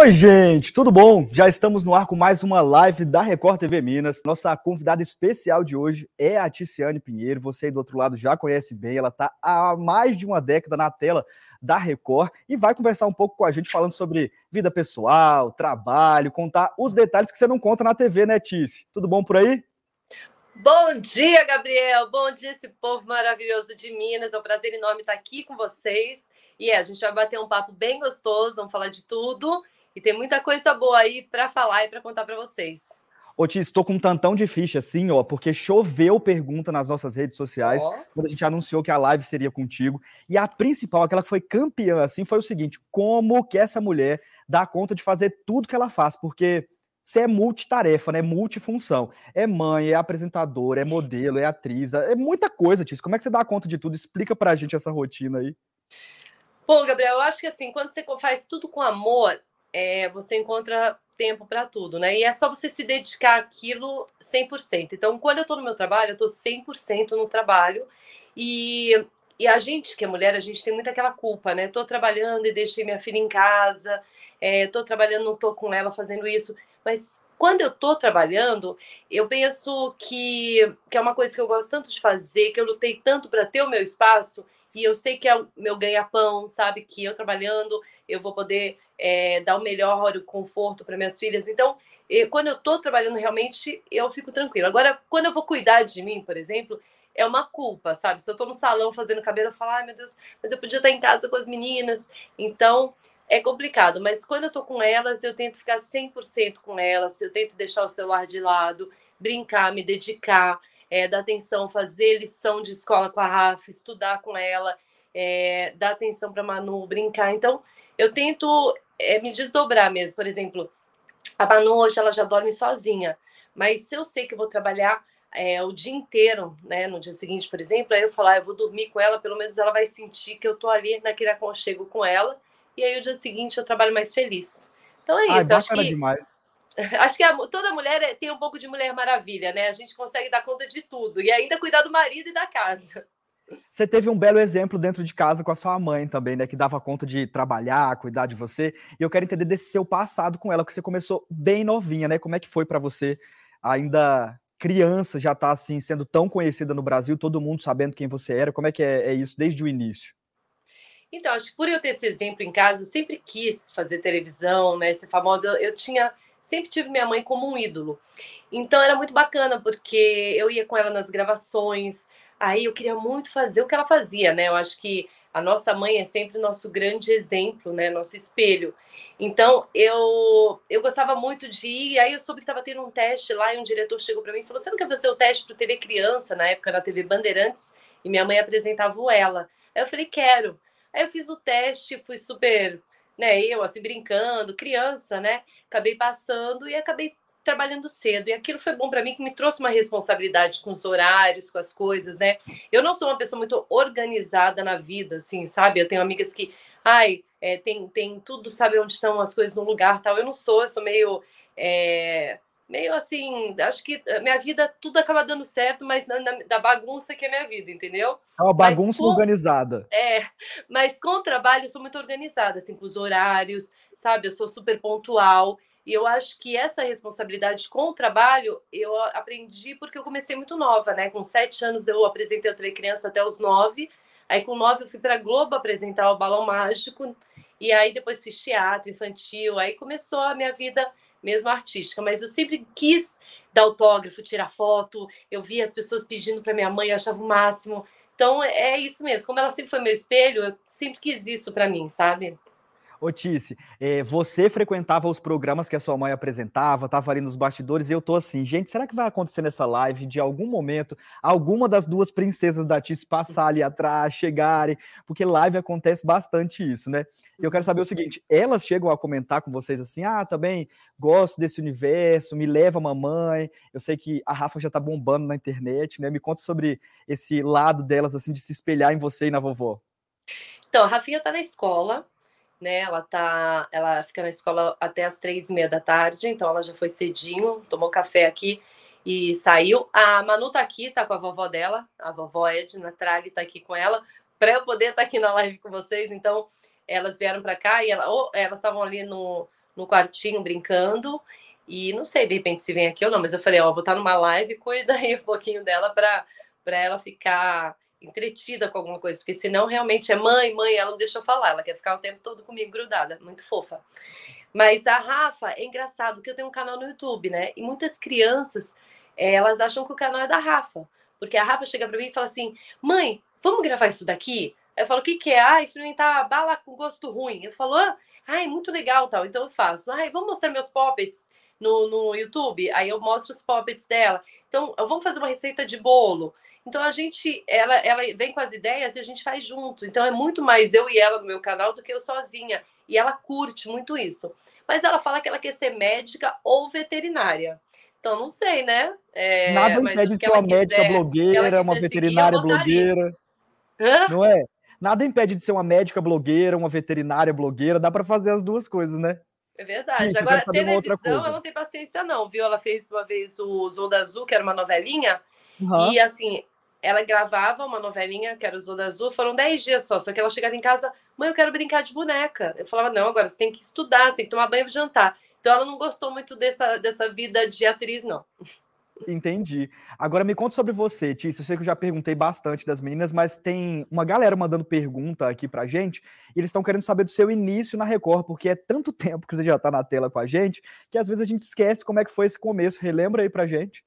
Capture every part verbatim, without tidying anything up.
Oi, gente, tudo bom? Já estamos no ar com mais uma live da Record T V Minas. Nossa convidada especial de hoje é a Ticiane Pinheiro. Você aí do outro lado já conhece bem, ela está há mais de uma década na tela da Record e vai conversar um pouco com a gente falando sobre vida pessoal, trabalho, contar os detalhes que você não conta na T V, né, Tici? Tudo bom por aí? Bom dia, Gabriel. Bom dia, esse povo maravilhoso de Minas. É um prazer enorme estar aqui com vocês. E é, a gente vai bater um papo bem gostoso, vamos falar de tudo. E tem muita coisa boa aí para falar e para contar para vocês. Ô, Tici, estou com um tantão de ficha, assim, ó, porque choveu pergunta nas nossas redes sociais, Ó. quando a gente anunciou que a live seria contigo. E a principal, aquela que foi campeã, assim, foi o seguinte: como que essa mulher dá conta de fazer tudo que ela faz? Porque você é multitarefa, né? Multifunção. É mãe, é apresentadora, é modelo, é atriz, é muita coisa, Tici. Como é que você dá conta de tudo? Explica pra gente essa rotina aí. Bom, Gabriel, eu acho que assim, quando você faz tudo com amor, é, você encontra tempo para tudo, né? E é só você se dedicar àquilo cem por cento. Então, quando eu estou no meu trabalho, eu estou cem por cento no trabalho. E, e a gente, que é mulher, a gente tem muito aquela culpa, né? Estou trabalhando e deixei minha filha em casa, estou é, trabalhando, não estou com ela fazendo isso. Mas quando eu estou trabalhando, eu penso que, que é uma coisa que eu gosto tanto de fazer, que eu lutei tanto para ter o meu espaço. E eu sei que é o meu ganha-pão, sabe? Que eu trabalhando, eu vou poder é, dar o melhor, o conforto para minhas filhas. Então, eu, quando eu estou trabalhando, realmente, eu fico tranquila. Agora, quando eu vou cuidar de mim, por exemplo, é uma culpa, sabe? Se eu estou no salão fazendo cabelo, eu falo, ai, meu Deus, mas eu podia estar em casa com as meninas. Então, é complicado. Mas quando eu estou com elas, eu tento ficar cem por cento com elas. Eu tento deixar o celular de lado, brincar, me dedicar. É, dar atenção, fazer lição de escola com a Rafa, estudar com ela, é, dar atenção para a Manu, brincar. Então, eu tento é, me desdobrar mesmo. Por exemplo, a Manu hoje ela já dorme sozinha, mas se eu sei que eu vou trabalhar é, o dia inteiro, né, no dia seguinte, por exemplo, aí eu falo, ah, eu vou dormir com ela, pelo menos ela vai sentir que eu tô ali naquele aconchego com ela, e aí o dia seguinte eu trabalho mais feliz. Então é Ai, isso, eu acho bacana que demais. Acho que a, toda mulher tem um pouco de Mulher Maravilha, né? A gente consegue dar conta de tudo e ainda cuidar do marido e da casa. Você teve um belo exemplo dentro de casa com a sua mãe também, né? Que dava conta de trabalhar, cuidar de você. E eu quero entender desse seu passado com ela, que você começou bem novinha, né? Como é que foi para você, ainda criança, já tá assim, sendo tão conhecida no Brasil, todo mundo sabendo quem você era? Como é que é, é isso desde o início? Então, acho que por eu ter esse exemplo em casa, eu sempre quis fazer televisão, né? Ser famosa. Eu, eu tinha, sempre tive minha mãe como um ídolo. Então era muito bacana, porque eu ia com ela nas gravações, aí eu queria muito fazer o que ela fazia, né? Eu acho que a nossa mãe é sempre o nosso grande exemplo, né? Nosso espelho. Então eu, eu gostava muito de ir, e aí eu soube que estava tendo um teste lá, e um diretor chegou para mim e falou: Você não quer fazer o teste para T V Criança, na época na T V Bandeirantes, e minha mãe apresentava o Ela. Aí eu falei: Quero. Aí eu fiz o teste, fui super, né? Eu assim, brincando, criança, né? Acabei passando e acabei trabalhando cedo. E aquilo foi bom para mim, que me trouxe uma responsabilidade com os horários, com as coisas, né? Eu não sou uma pessoa muito organizada na vida, assim, sabe? Eu tenho amigas que, ai, é, tem, tem tudo, sabe onde estão as coisas no lugar, tal. Eu não sou, eu sou meio... É, meio assim, acho que minha vida tudo acaba dando certo, mas na, na, da bagunça que é minha vida, entendeu? É uma Mas bagunça com organizada. é, mas com o trabalho eu sou muito organizada, assim, com os horários, sabe? Eu sou super pontual. E eu acho que essa responsabilidade com o trabalho eu aprendi porque eu comecei muito nova, né? Com sete anos eu apresentei o T V Criança até os nove. Aí com nove eu fui para a Globo apresentar o Balão Mágico. E aí depois fiz teatro infantil. Aí começou a minha vida mesmo artística. Mas eu sempre quis dar autógrafo, tirar foto. Eu via as pessoas pedindo para minha mãe, eu achava o máximo. Então, é isso mesmo. Como ela sempre foi meu espelho, eu sempre quis isso para mim, sabe? Ô, Tice, é, você frequentava os programas que a sua mãe apresentava, estava ali nos bastidores, e eu tô assim, gente, será que vai acontecer nessa live, de algum momento, alguma das duas princesas da Tice passar ali atrás, chegarem? Porque live acontece bastante isso, né? E eu quero saber o seguinte, elas chegam a comentar com vocês assim, ah, também gosto desse universo, me leva mamãe, eu sei que a Rafa já tá bombando na internet, né? Me conta sobre esse lado delas, assim, de se espelhar em você e na vovó. Então, a Rafinha tá na escola, né? Ela tá, ela fica na escola até as três e meia da tarde, então ela já foi cedinho, tomou café aqui e saiu. A Manu tá aqui, tá com a vovó dela, a vovó Edna Tralli tá aqui com ela, para eu poder estar tá aqui na live com vocês. Então, elas vieram para cá e ela, ou elas estavam ali no, no quartinho brincando. E não sei, de repente, se vem aqui ou não, mas eu falei, ó, vou estar numa live, cuida aí um pouquinho dela para para ela ficar entretida com alguma coisa, porque senão realmente é mãe, mãe, ela não deixa eu falar, ela quer ficar o tempo todo comigo grudada, muito fofa. Mas a Rafa, é engraçado, porque eu tenho um canal no YouTube, né? E muitas crianças, é, elas acham que o canal é da Rafa, porque a Rafa chega para mim e fala assim, mãe, vamos gravar isso daqui? Aí eu falo, o que que é? Ah, experimentar bala com gosto ruim. Eu falo, ah, ai, muito legal, tal. Então eu faço. Ai, vamos mostrar meus poppets no, no YouTube? Aí eu mostro os poppets dela. Então, vamos fazer uma receita de bolo. Então a gente, ela, ela vem com as ideias e a gente faz junto. Então é muito mais eu e ela no meu canal do que eu sozinha. E ela curte muito isso. Mas ela fala que ela quer ser médica ou veterinária. Então não sei, né? É, Nada mas impede o de que ser ela uma médica quiser, que ela blogueira, uma quiser seguir, eu veterinária botaria. blogueira, Hã? não é? Nada impede de ser uma médica blogueira, uma veterinária blogueira, dá para fazer as duas coisas, né? É verdade. Tícia, eu quero Agora, saber uma outra televisão, ela coisa. não tem paciência, não, viu? Ela fez uma vez o Zorro Azul, que era uma novelinha, Uhum. e assim, ela gravava uma novelinha, que era o Zorro Azul, foram dez dias só, só que ela chegava em casa, mãe, eu quero brincar de boneca. Eu falava, não, agora você tem que estudar, você tem que tomar banho e jantar. Então ela não gostou muito dessa, dessa vida de atriz, não. Entendi. Agora me conta sobre você, Tícia. Eu sei que eu já perguntei bastante das meninas, mas tem uma galera mandando pergunta aqui pra gente, e eles estão querendo saber do seu início na Record, porque é tanto tempo que você já tá na tela com a gente, que às vezes a gente esquece como é que foi esse começo. Relembra aí pra gente.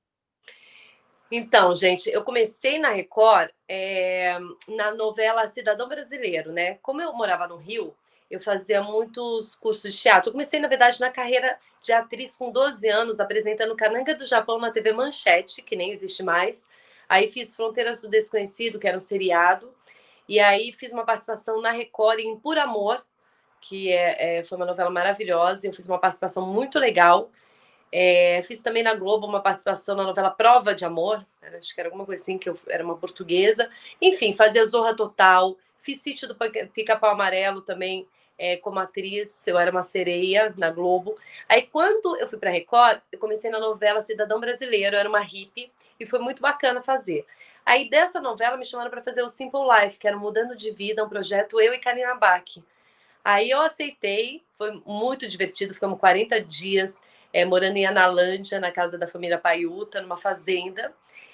Então, gente, eu comecei na Record é, na novela Cidadão Brasileiro, né? Como eu morava no Rio, eu fazia muitos cursos de teatro. Eu comecei, na verdade, na carreira de atriz com doze anos, apresentando Cananga do Japão na T V Manchete, que nem existe mais. Aí fiz Fronteiras do Desconhecido, que era um seriado. E aí fiz uma participação na Record em Por Amor, que é, é, foi uma novela maravilhosa. Eu fiz uma participação muito legal. É, fiz também na Globo uma participação na novela Prova de Amor, acho que era alguma coisa assim, que eu era uma portuguesa. Enfim, fazia Zorra Total, fiz Sítio do Pica-Pau Amarelo também é, como atriz, eu era uma sereia na Globo. Aí quando eu fui para Record, eu comecei na novela Cidadão Brasileiro, eu era uma hippie e foi muito bacana fazer. Aí dessa novela me chamaram para fazer o Simple Life, que era Mudando de Vida, um projeto eu e Karina Bach. Aí eu aceitei, foi muito divertido, ficamos quarenta dias é, morando em Analândia, na casa da família Paiuta, numa fazenda.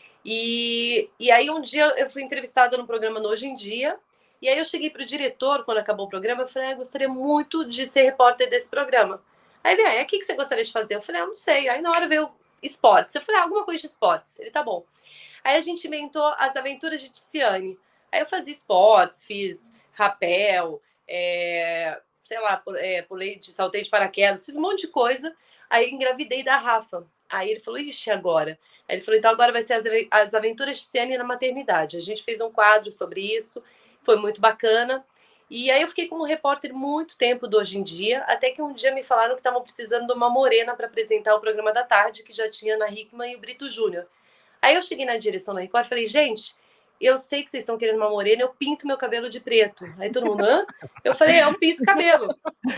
E, e aí um dia eu fui entrevistada no programa no Hoje em Dia, e aí eu cheguei para o diretor, quando acabou o programa, eu falei, ah, eu gostaria muito de ser repórter desse programa. Aí ele, ah, o que que você gostaria de fazer? Eu falei, ah, não sei. Aí na hora veio esportes. Eu falei, ah, alguma coisa de esportes. Ele, tá bom. Aí a gente inventou As Aventuras de Tiziane. Aí eu fazia esportes, fiz rapel, é, sei lá, é, pulei de saltei de paraquedas, fiz um monte de coisa. Aí engravidei da Rafa. Aí ele falou, ixi, agora? Aí ele falou, então agora vai ser as, as Aventuras de Tiziane na maternidade. A gente fez um quadro sobre isso, foi muito bacana. E aí eu fiquei como repórter muito tempo do Hoje em Dia, até que um dia me falaram que estavam precisando de uma morena para apresentar o programa da tarde, que já tinha na Hickman e o Brito Júnior. Aí eu cheguei na direção da Record e falei, gente, eu sei que vocês estão querendo uma morena, eu pinto meu cabelo de preto. Aí todo mundo, hã? Eu falei, é, eu pinto cabelo.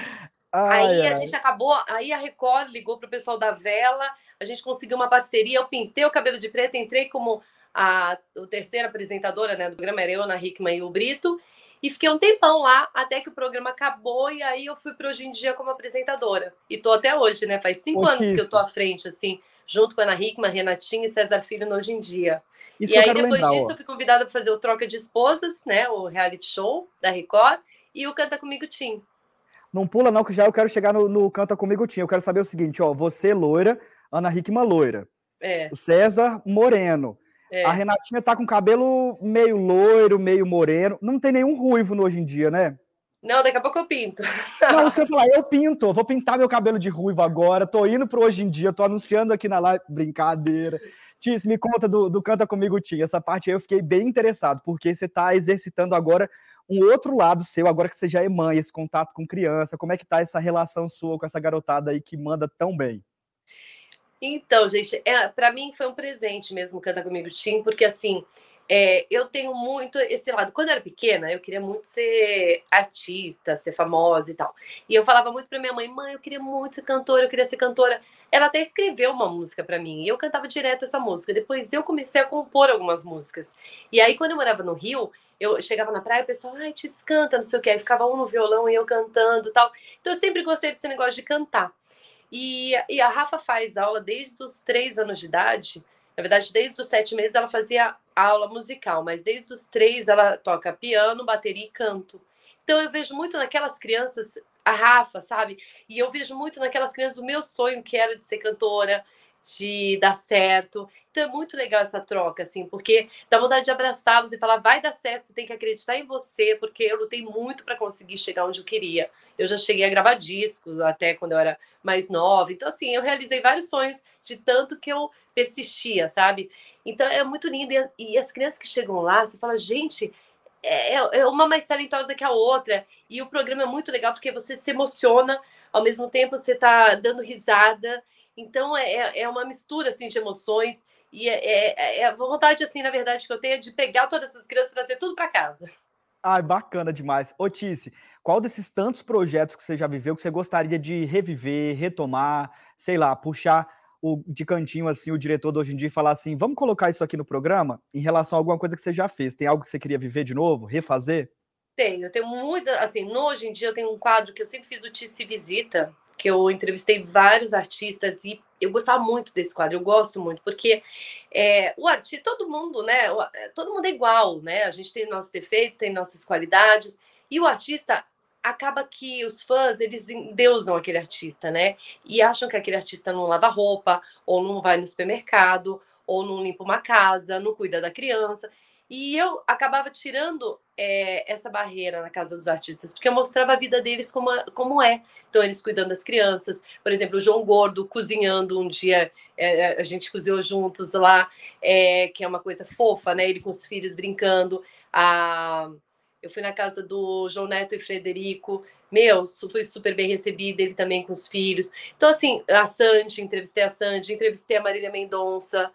Ai, Aí a ai. gente acabou, aí a Record ligou pro pessoal da Vela, a gente conseguiu uma parceria, eu pintei o cabelo de preto, entrei como a, a terceira apresentadora, né, do programa, era eu, Ana Hickman e o Brito, e fiquei um tempão lá, até que o programa acabou, e aí eu fui para Hoje em Dia como apresentadora. E tô até hoje, né, faz cinco Ô, anos que eu tô Tícia, à frente, assim, junto com a Ana Hickman, Renatinha e César Filho no Hoje em Dia. isso E que eu aí, quero depois lembrar, disso, ó. eu fui convidada para fazer o Troca de Esposas, né, o reality show da Record, e o Canta Comigo Tim. Não pula não, que já eu quero chegar no, no Canta Comigo Tim. Eu quero saber o seguinte, ó, você loira, Ana Hickman loira, É, o César moreno, a é. Renatinha tá com cabelo meio loiro, meio moreno, não tem nenhum ruivo no Hoje em Dia, né? Não, daqui a pouco eu pinto. Não, isso que eu ia falar, eu pinto, vou pintar meu cabelo de ruivo agora, tô indo pro Hoje em Dia, tô anunciando aqui na live, brincadeira. Tis, me conta do, do Canta Comigo Tim, essa parte aí eu fiquei bem interessado, porque você tá exercitando agora um outro lado seu, agora que você já é mãe, esse contato com criança, como é que tá essa relação sua com essa garotada aí que manda tão bem? Então, gente, é, para mim foi um presente mesmo Canta Comigo Tim, porque assim, é, eu tenho muito esse lado. Quando eu era pequena, eu queria muito ser artista, ser famosa e tal. E eu falava muito pra minha mãe, mãe, eu queria muito ser cantora, eu queria ser cantora. Ela até escreveu uma música pra mim, e eu cantava direto essa música. Depois eu comecei a compor algumas músicas. E aí, quando eu morava no Rio, eu chegava na praia, o pessoal, ai, te canta, não sei o que, aí ficava um no violão e eu cantando e tal. Então eu sempre gostei desse negócio de cantar. E, e a Rafa faz aula desde os três anos de idade. Na verdade, desde os sete meses ela fazia aula musical, mas desde os três ela toca piano, bateria e canto. Então eu vejo muito naquelas crianças, a Rafa, sabe? E eu vejo muito naquelas crianças o meu sonho, que era de ser cantora, de dar certo. Então é muito legal essa troca, assim, porque dá vontade de abraçá-los e falar, vai dar certo, você tem que acreditar em você, porque eu lutei muito para conseguir chegar onde eu queria. Eu já cheguei a gravar discos, até quando eu era mais nova. Então, assim, eu realizei vários sonhos de tanto que eu persistia, sabe? Então é muito lindo. E, e as crianças que chegam lá, você fala, gente, é, é uma mais talentosa que a outra. E o programa é muito legal porque você se emociona, ao mesmo tempo você está dando risada. Então é, é uma mistura assim de emoções. E é, é, é a vontade, assim, na verdade, que eu tenho é de pegar todas essas crianças e trazer tudo para casa. Ai, bacana demais. Ô, Tice, qual desses tantos projetos que você já viveu que você gostaria de reviver, retomar, sei lá, puxar o, de cantinho assim o diretor de hoje em dia e falar assim, vamos colocar isso aqui no programa em relação a alguma coisa que você já fez? Tem algo que você queria viver de novo, refazer? Tenho, eu tenho muito, assim, no, hoje em dia eu tenho um quadro que eu sempre fiz, o Tice Visita, que eu entrevistei vários artistas e eu gostava muito desse quadro, eu gosto muito, porque é, o artista, todo mundo, né, todo mundo é igual, né, a gente tem nossos defeitos, tem nossas qualidades, e o artista, acaba que os fãs, eles endeusam aquele artista, né, e acham que aquele artista não lava roupa, ou não vai no supermercado, ou não limpa uma casa, não cuida da criança, e eu acabava tirando é, essa barreira na casa dos artistas, porque eu mostrava a vida deles como, como é. Então, eles cuidando das crianças. Por exemplo, o João Gordo cozinhando um dia, é, a gente cozinhou juntos lá, é, que é uma coisa fofa, né? Ele com os filhos brincando. A... Eu fui na casa do João Neto e Frederico. Meu, fui super bem recebida, ele também com os filhos. Então, assim, a Sandy, entrevistei a Sandy, entrevistei a Marília Mendonça,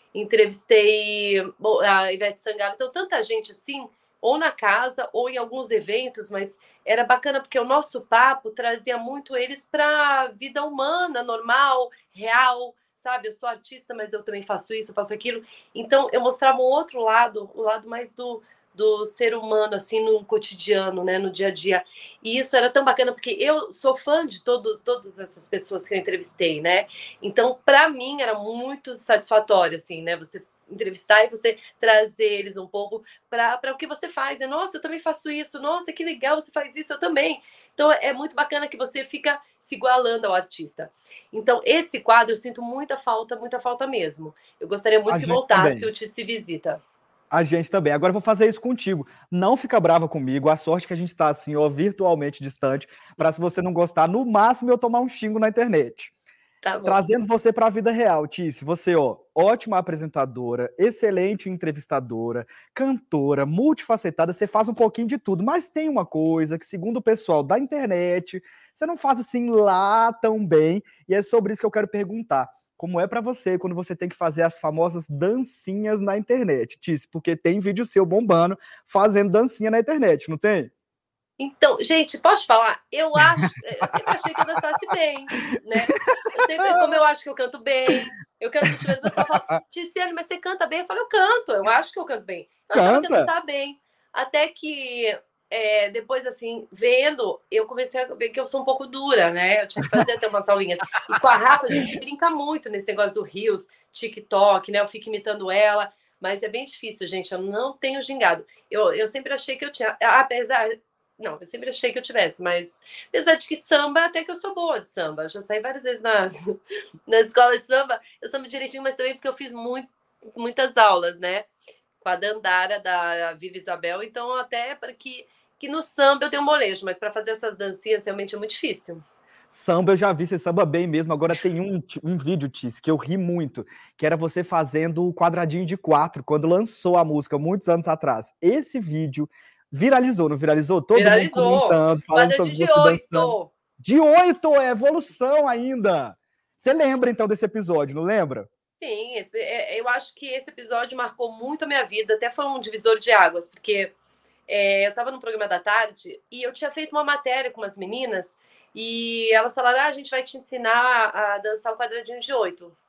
entrevistei a Ivete Sangalo, então tanta gente assim, ou na casa, ou em alguns eventos, mas era bacana porque o nosso papo trazia muito eles para a vida humana, normal, real, sabe? Eu sou artista, mas eu também faço isso, faço aquilo. Então eu mostrava um outro lado, o lado mais do, do ser humano, assim, no cotidiano, né, no dia a dia. E isso era tão bacana, porque eu sou fã de todo, todas essas pessoas que eu entrevistei, né? Então, para mim, era muito satisfatório, assim, né? Você entrevistar e você trazer eles um pouco para o que você faz. Né? Nossa, eu também faço isso. Nossa, que legal, você faz isso, eu também. Então, é muito bacana que você fica se igualando ao artista. Então, esse quadro, eu sinto muita falta, muita falta mesmo. Eu gostaria muito A que gente voltasse também. o Te Se Visita. A gente também. Agora eu vou fazer isso contigo. Não fica brava comigo. A sorte que a gente está assim, ó, virtualmente distante, para se você não gostar, no máximo eu tomar um xingo na internet. Tá bom. Trazendo você para a vida real, Tice. Você, ó, ótima apresentadora, excelente entrevistadora, cantora, multifacetada. Você faz um pouquinho de tudo, mas tem uma coisa que, segundo o pessoal da internet, você não faz assim lá tão bem. E é sobre isso que eu quero perguntar. Como é para você quando você tem que fazer as famosas dancinhas na internet, Tice? Porque tem vídeo seu bombando fazendo dancinha na internet, não tem? Então, gente, posso falar? Eu acho, eu sempre achei que eu dançasse bem, né? Eu sempre, como eu acho que eu canto bem, eu canto no chuveiro, o pessoal fala, Tiziane, mas você canta bem? Eu falo, eu canto, eu acho que eu canto bem. Eu achava que eu Canta. dançava bem. Até que é, depois, assim, vendo, eu comecei a ver que eu sou um pouco dura, né? Eu tinha que fazer até umas aulinhas. E com a Rafa, a gente brinca muito nesse negócio do Reels, TikTok, né? Eu fico imitando ela, mas é bem difícil, gente. Eu não tenho gingado. Eu, eu sempre achei que eu tinha, apesar. Não, eu sempre achei que eu tivesse, mas apesar de que samba, até que eu sou boa de samba. Eu já saí várias vezes nas, nas escolas de samba, eu samba direitinho, mas também porque eu fiz muito, muitas aulas, né? Com a Dandara da Vila Isabel, então até para que, que no samba eu tenho um molejo, mas para fazer essas dancinhas realmente é muito difícil. Samba eu já vi, você samba bem mesmo. Agora tem um, um vídeo, Tis, que eu ri muito, que era você fazendo o quadradinho de quatro, quando lançou a música, muitos anos atrás. Esse vídeo viralizou, não viralizou? Todo mundo Viralizou. comentando, falando sobre Quadradinho de você dançando. oito. De oito, é evolução ainda. Você lembra, então, desse episódio, não lembra? Sim, esse, eu acho que esse episódio marcou muito a minha vida, até foi um divisor de águas, porque é, eu estava no programa da tarde e eu tinha feito uma matéria com umas meninas e elas falaram, ah, a gente vai te ensinar a dançar o quadradinho de oito.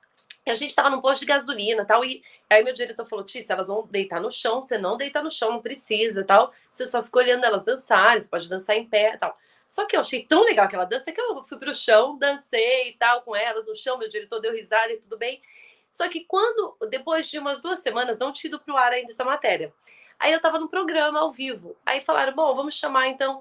E a gente estava num posto de gasolina, tal, e aí meu diretor falou, Tícia, elas vão deitar no chão, você não deita no chão, não precisa, tal, você só fica olhando elas dançarem, você pode dançar em pé, tal. Só que eu achei tão legal aquela dança que eu fui pro chão, dancei e tal, com elas no chão, meu diretor deu risada e tudo bem. Só que quando, depois de umas duas semanas, não tinha ido pro ar ainda essa matéria. Aí eu tava num programa ao vivo, aí falaram, bom, vamos chamar então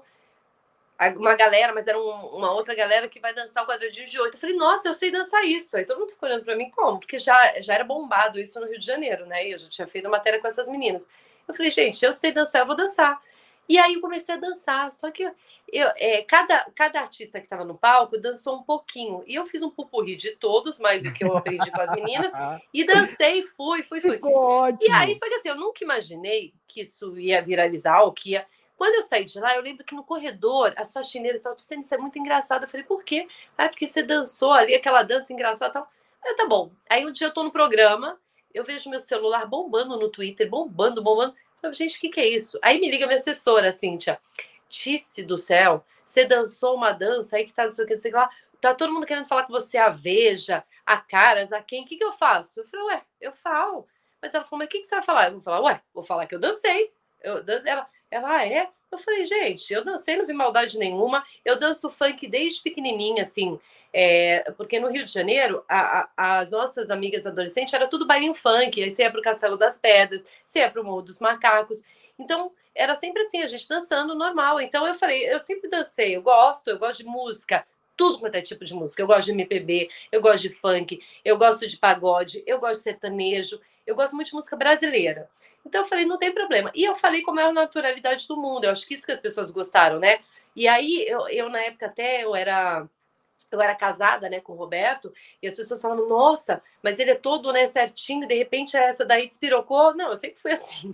uma galera, mas era um, uma outra galera que vai dançar o quadradinho de oito. Eu falei, nossa, eu sei dançar isso. Aí todo mundo ficou olhando pra mim, como? Porque já, já era bombado isso no Rio de Janeiro, né? E eu já tinha feito matéria com essas meninas. Eu falei, gente, eu sei dançar, eu vou dançar. E aí eu comecei a dançar, só que eu, é, cada, cada artista que estava no palco dançou um pouquinho. E eu fiz um pupurri de todos, mais o que eu aprendi com as meninas, e dancei, fui, fui, fui. Ficou ótimo. E aí, só que assim, eu nunca imaginei que isso ia viralizar, ou que ia... Quando eu saí de lá, eu lembro que no corredor, as faxineiras estavam dizendo, isso é muito engraçado. Eu falei, por quê? Ah, porque você dançou ali, aquela dança engraçada e tal. Aí, tá bom. Aí um dia eu tô no programa, eu vejo meu celular bombando no Twitter, bombando, bombando. Eu falei, gente, o que que é isso? Aí me liga minha assessora, Cíntia. Tice do céu, você dançou uma dança aí que tá não sei o que, não sei o que lá. Tá todo mundo querendo falar que você é a Veja, a Caras, a quem? O que que eu faço? Eu falei, ué, eu falo. Mas ela falou, mas o que que você vai falar? Eu vou falar, ué, vou falar que eu dancei. Eu dancei. Ela, ela, ah, é? Eu falei, gente, eu dancei, não vi maldade nenhuma. Eu danço funk desde pequenininha, assim, é, porque no Rio de Janeiro, a, a, as nossas amigas adolescentes era tudo bailinho funk. Aí você ia pro Castelo das Pedras, você ia pro Morro dos Macacos. Então, era sempre assim, a gente dançando normal. Então, eu falei, eu sempre dancei, eu gosto, eu gosto de música, tudo quanto é tipo de música. Eu gosto de M P B, eu gosto de funk, eu gosto de pagode, eu gosto de sertanejo, eu gosto muito de música brasileira. Então eu falei, não tem problema. E eu falei com a maior naturalidade do mundo. Eu acho que isso que as pessoas gostaram, né? E aí, eu, eu na época até, eu era... Eu era casada, né, com o Roberto, e as pessoas falavam, nossa, mas ele é todo, né, certinho, de repente essa daí despirocou. Não, eu sempre fui assim.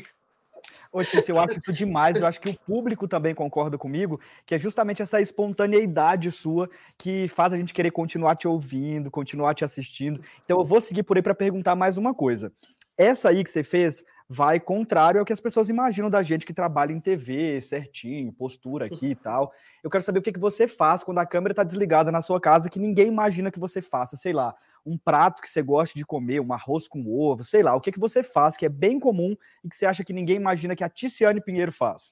Ô, Tícia, eu acho isso demais, eu acho que o público também concorda comigo, que é justamente essa espontaneidade sua que faz a gente querer continuar te ouvindo, continuar te assistindo. Então eu vou seguir por aí para perguntar mais uma coisa. Essa aí que você fez vai contrário ao que as pessoas imaginam da gente que trabalha em T V, certinho, postura aqui e tal. Eu quero saber o que, que você faz quando a câmera está desligada na sua casa, que ninguém imagina que você faça, sei lá, um prato que você gosta de comer, um arroz com ovo, sei lá, o que, que você faz que é bem comum e que você acha que ninguém imagina que a Ticiane Pinheiro faz?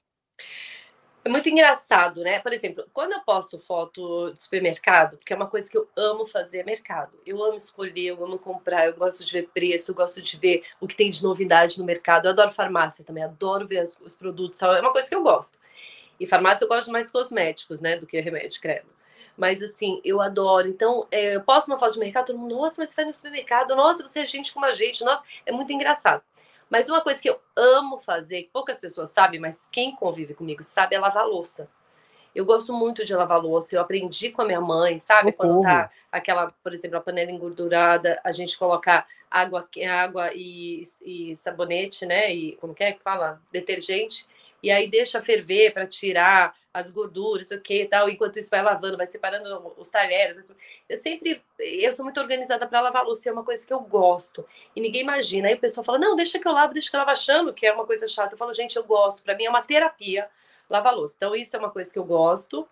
É muito engraçado, né? Por exemplo, quando eu posto foto do supermercado, porque é uma coisa que eu amo fazer, é mercado. Eu amo escolher, eu amo comprar, eu gosto de ver preço, eu gosto de ver o que tem de novidade no mercado. Eu adoro farmácia também, adoro ver os, os produtos, é uma coisa que eu gosto. E farmácia eu gosto mais cosméticos, né, do que remédio, credo. Mas assim, eu adoro. Então, é, eu posto uma foto de mercado, todo mundo, nossa, mas você vai no supermercado, nossa, você é gente como a gente, nossa, é muito engraçado. Mas uma coisa que eu amo fazer, que poucas pessoas sabem, mas quem convive comigo sabe, é lavar louça. Eu gosto muito de lavar louça, eu aprendi com a minha mãe, sabe? Socorro. Quando tá aquela, por exemplo, a panela engordurada, a gente coloca água, água e, e sabonete, né? E como que é que fala? Detergente. E aí deixa ferver para tirar as gorduras, o que tal. Enquanto isso vai lavando, vai separando os talheres. Eu sempre, eu sou muito organizada para lavar louça, é uma coisa que eu gosto. E ninguém imagina. Aí o pessoal fala, não, deixa que eu lavo, deixa que eu lavo, achando que é uma coisa chata. Eu falo, gente, eu gosto. Para mim é uma terapia lavar louça. Então isso é uma coisa que eu gosto.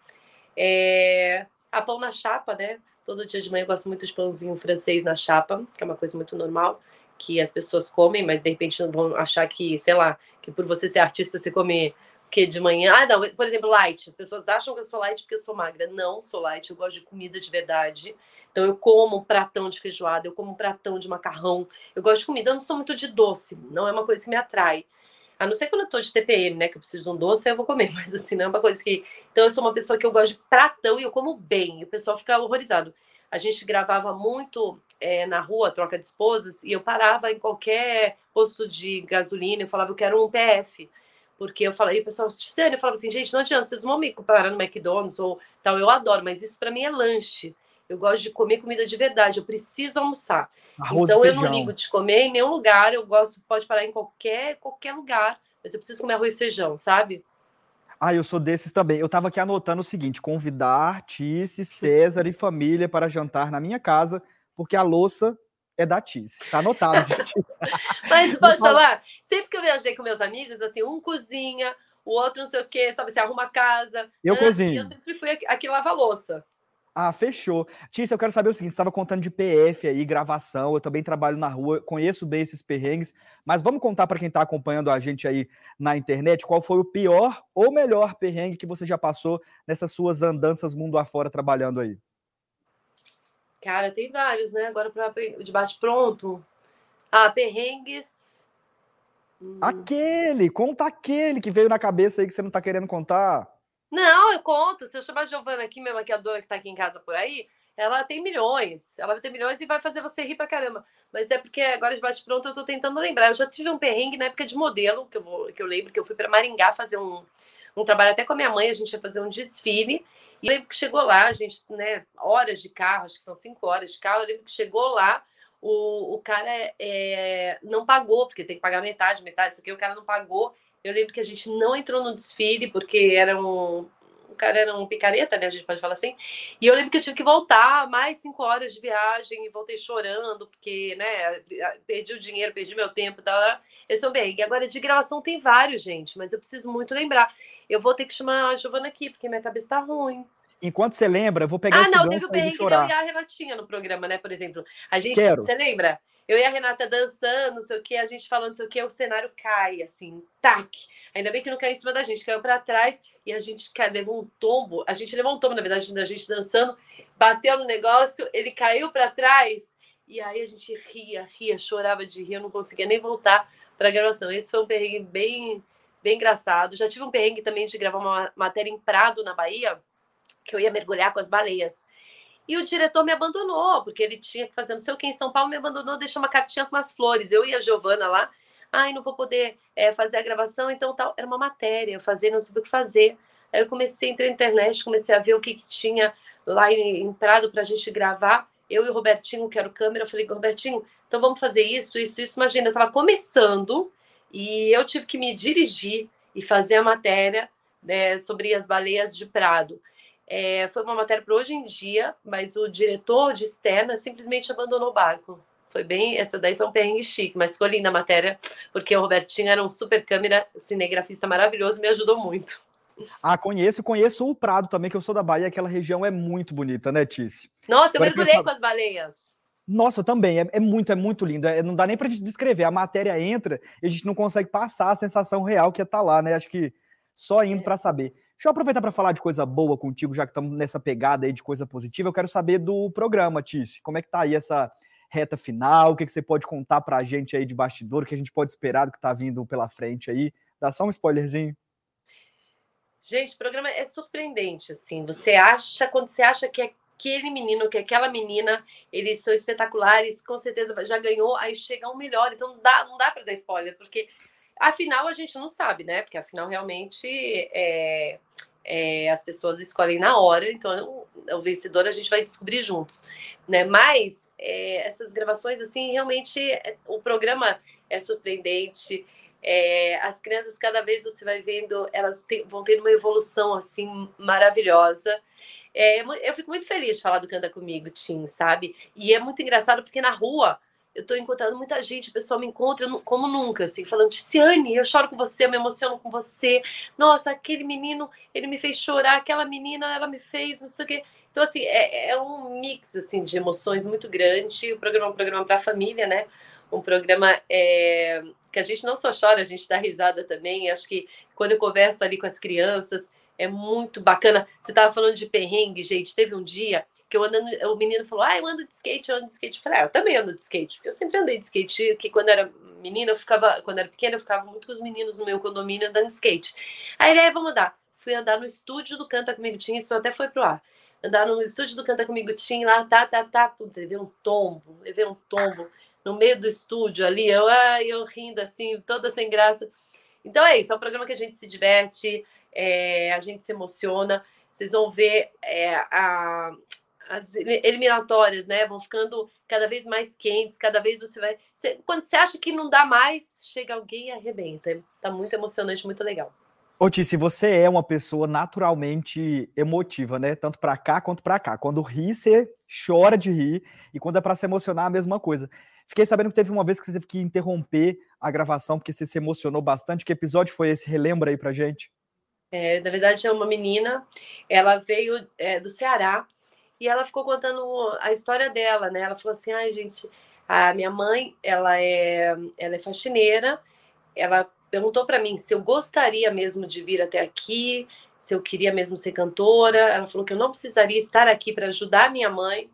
É... A pão na chapa, né? Todo dia de manhã eu gosto muito de pãozinho francês na chapa, que é uma coisa muito normal, que as pessoas comem, mas de repente não vão achar que, sei lá, que por você ser artista você come o que de manhã? Ah, não, por exemplo, light. As pessoas acham que eu sou light porque eu sou magra. Não sou light, eu gosto de comida de verdade. Então eu como um pratão de feijoada, eu como um pratão de macarrão. Eu gosto de comida, eu não sou muito de doce, não é uma coisa que me atrai. A não ser quando eu tô de T P M, né? Que eu preciso de um doce, eu vou comer. Mas assim, não é uma coisa que... Então eu sou uma pessoa que eu gosto de pratão e eu como bem. E o pessoal fica horrorizado. A gente gravava muito é, na rua, troca de esposas, e eu parava em qualquer posto de gasolina, eu falava, eu quero um P F. Porque eu falei, e o pessoal, sério, eu falava assim, gente, não adianta, vocês vão me comparar no McDonald's ou tal, eu adoro, mas isso pra mim é lanche. Eu gosto de comer comida de verdade, eu preciso almoçar. Arroz então e eu não feijão. ligo de comer em nenhum lugar, eu gosto, pode parar em qualquer, qualquer lugar, mas eu preciso comer arroz e feijão, sabe? Ah, eu sou desses também. Eu tava aqui anotando o seguinte: convidar Tice, César e família para jantar na minha casa, porque a louça é da Tice. Tá anotado, gente. Mas pode falar, sempre que eu viajei com meus amigos, assim, um cozinha, o outro não sei o quê, sabe, se arruma a casa. Eu né? cozinho. E eu sempre fui aqui, aqui lavar louça. Ah, fechou. Tícia, eu quero saber o seguinte, você estava contando de P F aí, gravação, eu também trabalho na rua, conheço bem esses perrengues, mas vamos contar para quem está acompanhando a gente aí na internet, qual foi o pior ou melhor perrengue que você já passou nessas suas andanças mundo afora trabalhando aí? Cara, tem vários, né? Agora para de bate-pronto. Ah, perrengues. Hum. Aquele, conta aquele que veio na cabeça aí que você não está querendo contar. Não, eu conto. Se eu chamar a Giovana aqui, minha maquiadora que tá aqui em casa por aí, ela tem milhões. Ela vai ter milhões e vai fazer você rir pra caramba. Mas é porque agora de bate-pronto eu tô tentando lembrar. Eu já tive um perrengue na época de modelo, que eu, vou, que eu lembro que eu fui pra Maringá fazer um, um trabalho até com a minha mãe, a gente ia fazer um desfile. E eu lembro que chegou lá, a gente, né, horas de carro, acho que são cinco horas de carro. Eu lembro que chegou lá, o, o cara é, não pagou, porque tem que pagar metade, metade, isso aqui, o cara não pagou. Eu lembro que a gente não entrou no desfile, porque era um. O cara era um picareta, né? A gente pode falar assim. E eu lembro que eu tive que voltar mais cinco horas de viagem e voltei chorando, porque, né, perdi o dinheiro, perdi meu tempo. Tá? Esse é um bem. E agora de gravação tem vários, gente, mas eu preciso muito lembrar. Eu vou ter que chamar a Giovana aqui, porque minha cabeça tá ruim. Enquanto você lembra, eu vou pegar Ah, esse não, gancho teve o aí de perrengue de eu e chorar. a Renatinha no programa, né? Por exemplo. A gente, Quero. você lembra? Eu e a Renata dançando, não sei o que, a gente falando não sei o que, o cenário cai, assim, tac. Ainda bem que não caiu em cima da gente, caiu pra trás e a gente levou um tombo. A gente levou um tombo, na verdade, da gente dançando, bateu no negócio, ele caiu pra trás e aí a gente ria, ria, chorava de rir, eu não conseguia nem voltar pra gravação. Esse foi um perrengue bem, bem engraçado. Já tive um perrengue também de gravar uma matéria em Prado, na Bahia, que eu ia mergulhar com as baleias. E o diretor me abandonou, porque ele tinha que fazer não sei o que em São Paulo, me abandonou, deixou uma cartinha com umas flores. Eu e a Giovana lá, ai, não vou poder é, fazer a gravação, então tal. Era uma matéria, eu fazia, não sabia o que fazer. Aí eu comecei a entrar na internet, comecei a ver o que, que tinha lá em, em Prado pra gente gravar. Eu e o Robertinho, que era o câmera, eu falei, Robertinho, então vamos fazer isso, isso, isso. Imagina, eu tava começando e eu tive que me dirigir e fazer a matéria, né, sobre as baleias de Prado. É, foi uma matéria para hoje em dia, mas o diretor de externa simplesmente abandonou o barco. Foi bem, essa daí foi um perrengue chique, mas ficou linda a matéria, porque o Robertinho era um super câmera, cinegrafista maravilhoso, me ajudou muito. Ah, conheço, conheço o Prado também, que eu sou da Bahia, aquela região é muito bonita, né, Tice? Nossa, eu Agora, mergulhei pensar... com as baleias. Nossa, eu também, é, é muito, é muito lindo, é, não dá nem pra gente descrever, a matéria entra e a gente não consegue passar a sensação real que é estar lá, né, acho que só indo é. para saber. Deixa eu aproveitar para falar de coisa boa contigo, já que estamos nessa pegada aí de coisa positiva, eu quero saber do programa, Tice, como é que tá aí essa reta final, o que, que você pode contar pra gente aí de bastidor, o que a gente pode esperar do que tá vindo pela frente aí, dá só um spoilerzinho. Gente, o programa é surpreendente, assim, você acha, quando você acha que aquele menino, que aquela menina, eles são espetaculares, com certeza já ganhou, aí chega um melhor, então não dá, não dá para dar spoiler, porque afinal a gente não sabe, né? Porque afinal realmente é, é, as pessoas escolhem na hora, então o vencedor a gente vai descobrir juntos, né? Mas é, essas gravações, assim, realmente o programa é surpreendente. É, as crianças, cada vez você vai vendo, elas tem, vão tendo uma evolução assim maravilhosa. É, eu fico muito feliz de falar do Canta Comigo, Tim, sabe? E é muito engraçado porque na rua eu tô encontrando muita gente, o pessoal me encontra como nunca, assim, falando, Tiziane, eu choro com você, eu me emociono com você. Nossa, aquele menino, ele me fez chorar, aquela menina, ela me fez, não sei o quê. Então, assim, é, é um mix, assim, de emoções muito grande. O programa é um programa para a família, né? Um programa é, que a gente não só chora, a gente dá risada também. Acho que quando eu converso ali com as crianças, é muito bacana. Você estava falando de perrengue, gente. Teve um dia que eu andando, o menino falou, ah, eu ando de skate, eu ando de skate. Eu falei, ah, eu também ando de skate, porque eu sempre andei de skate, que quando era menina, eu ficava, quando era pequena, eu ficava muito com os meninos no meu condomínio andando de skate. Aí ele, aí, vamos andar. Fui andar no estúdio do Canta Comigo Tim, isso até foi pro ar. Andar no estúdio do Canta Comigo Tim, lá, tá, tá, tá, puta, levei um tombo, levei um tombo no meio do estúdio ali, eu, ah, eu rindo assim, toda sem graça. Então é isso, é um programa que a gente se diverte, é, a gente se emociona. Vocês vão ver é, a, as eliminatórias, né? Vão ficando cada vez mais quentes, cada vez você vai. Você, quando você acha que não dá mais, chega alguém e arrebenta. Tá muito emocionante, muito legal. Ô, Tice, você é uma pessoa naturalmente emotiva, né? Tanto pra cá quanto pra cá. Quando ri, você chora de rir, e quando é pra se emocionar, a mesma coisa. Fiquei sabendo que teve uma vez que você teve que interromper a gravação porque você se emocionou bastante. Que episódio foi esse? Relembra aí pra gente. É, na verdade, é uma menina, ela veio é, do Ceará, E ela ficou contando a história dela, né? Ela falou assim: ai, gente, a minha mãe, ela é, ela é faxineira. Ela perguntou para mim se eu gostaria mesmo de vir até aqui, se eu queria mesmo ser cantora. Ela falou que eu não precisaria estar aqui para ajudar minha mãe.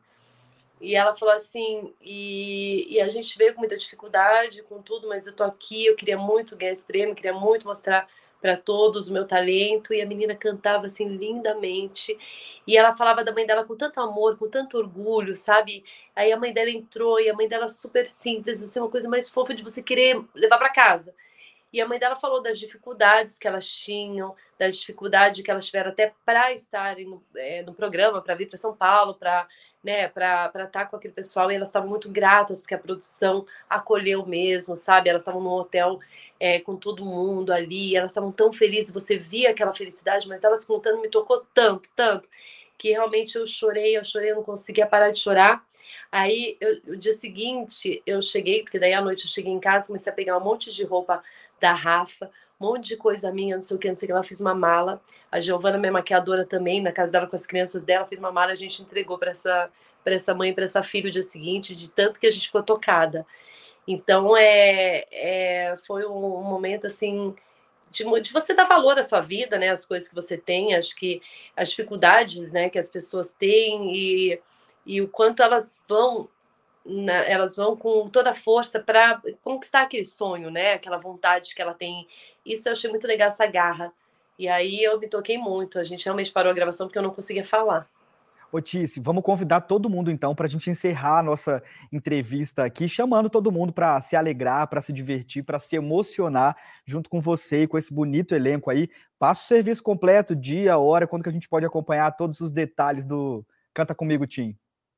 E ela falou assim, e, e a gente veio com muita dificuldade, com tudo, mas eu tô aqui, eu queria muito ganhar esse prêmio, queria muito mostrar para todos o meu talento. E a menina cantava assim lindamente. E ela falava da mãe dela com tanto amor, com tanto orgulho, sabe? Aí a mãe dela entrou e a mãe dela super simples, assim, uma coisa mais fofa de você querer levar para casa. E a mãe dela falou das dificuldades que elas tinham, da dificuldade que elas tiveram até para estarem no, é, no programa, para vir para São Paulo, para né, para estar com aquele pessoal. E elas estavam muito gratas porque a produção acolheu mesmo, sabe? Elas estavam num hotel é, com todo mundo ali, elas estavam tão felizes, você via aquela felicidade, mas elas contando me tocou tanto, tanto, que realmente eu chorei, eu chorei, eu não conseguia parar de chorar. Aí, eu, o dia seguinte, eu cheguei, porque daí à noite eu cheguei em casa, comecei a pegar um monte de roupa da Rafa, um monte de coisa minha, não sei o que, não sei o que. Ela fiz uma mala. A Giovana, minha maquiadora também, na casa dela com as crianças dela, fez uma mala, a gente entregou para essa, para essa mãe, para essa filha o dia seguinte, de tanto que a gente ficou tocada. Então, é, é, foi um, um momento assim. De, de você dar valor à sua vida, né? As coisas que você tem, acho que as dificuldades, né, que as pessoas têm e, e o quanto elas vão na, elas vão com toda a força para conquistar aquele sonho, né? Aquela vontade que ela tem. Isso eu achei muito legal, essa garra. E aí eu me toquei muito. A gente realmente parou a gravação porque eu não conseguia falar. Ô, Tice, vamos convidar todo mundo então para a gente encerrar a nossa entrevista aqui, chamando todo mundo para se alegrar, para se divertir, para se emocionar junto com você e com esse bonito elenco aí. Passa o serviço completo, dia, hora, quando que a gente pode acompanhar todos os detalhes do Canta Comigo, Tim.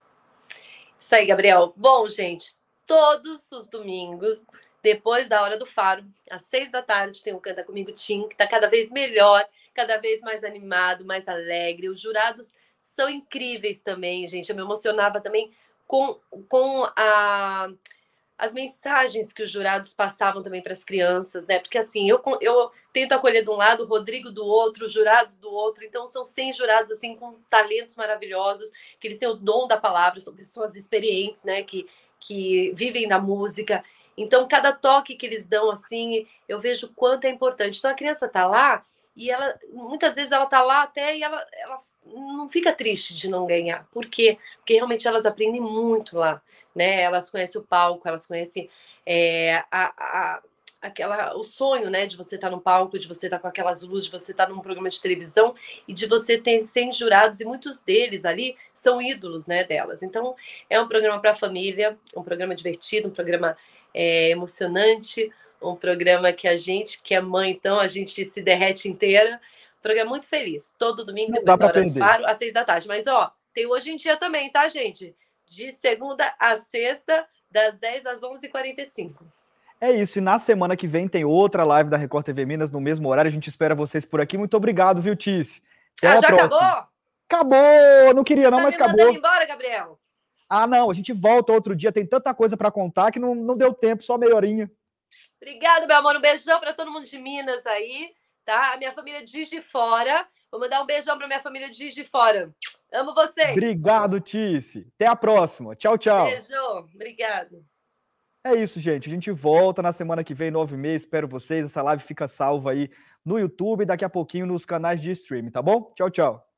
Isso aí, Gabriel. Bom, gente, todos os domingos, depois da hora do faro, às seis da tarde, tem o Canta Comigo Tim, que está cada vez melhor, cada vez mais animado, mais alegre. Os jurados são incríveis também, gente. Eu me emocionava também com, com a, as mensagens que os jurados passavam também para as crianças, né? Porque assim, eu, eu tento acolher de um lado, o Rodrigo do outro, os jurados do outro. Então, são cem jurados assim com talentos maravilhosos, que eles têm o dom da palavra, são pessoas experientes, né? Que, que vivem da música. Então, cada toque que eles dão, assim, eu vejo o quanto é importante. Então, a criança tá lá e ela, muitas vezes, ela tá lá até e ela, ela não fica triste de não ganhar. Por quê? Porque realmente elas aprendem muito lá, né? Elas conhecem o palco, elas conhecem é, a, a, aquela, o sonho, né? De você estar no palco, de você estar com aquelas luzes, de você estar num programa de televisão e de você ter cem jurados e muitos deles ali são ídolos, né? Delas. Então, é um programa para a família, um programa divertido, um programa é, emocionante, um programa que a gente, que é mãe, então, a gente se derrete inteira. Um programa muito feliz. Todo domingo, Não depois dá da para hora do perder. faro, às seis da tarde. Mas, ó, tem hoje em dia também, tá, gente? De segunda a sexta, das dez às onze e quarenta e cinco. É isso, e na semana que vem tem outra live da Record T V Minas no mesmo horário. A gente espera vocês por aqui. Muito obrigado, viu, Tice? Até Ah, uma já próxima. acabou? Acabou! Não queria não, Tá mas me mandando acabou. embora, Gabriel? Ah, não, a gente volta outro dia. Tem tanta coisa para contar que não, não deu tempo, só meia horinha. Obrigado, meu amor. Um beijão para todo mundo de Minas aí, tá? A minha família de Juiz de Fora. Vou mandar um beijão para minha família de Juiz de Fora. Amo vocês. Obrigado, Tice. Até a próxima. Tchau, tchau. Beijo. Obrigado. É isso, gente. A gente volta na semana que vem, nove e meia. Espero vocês. Essa live fica salva aí no YouTube e daqui a pouquinho nos canais de streaming, tá bom? Tchau, tchau.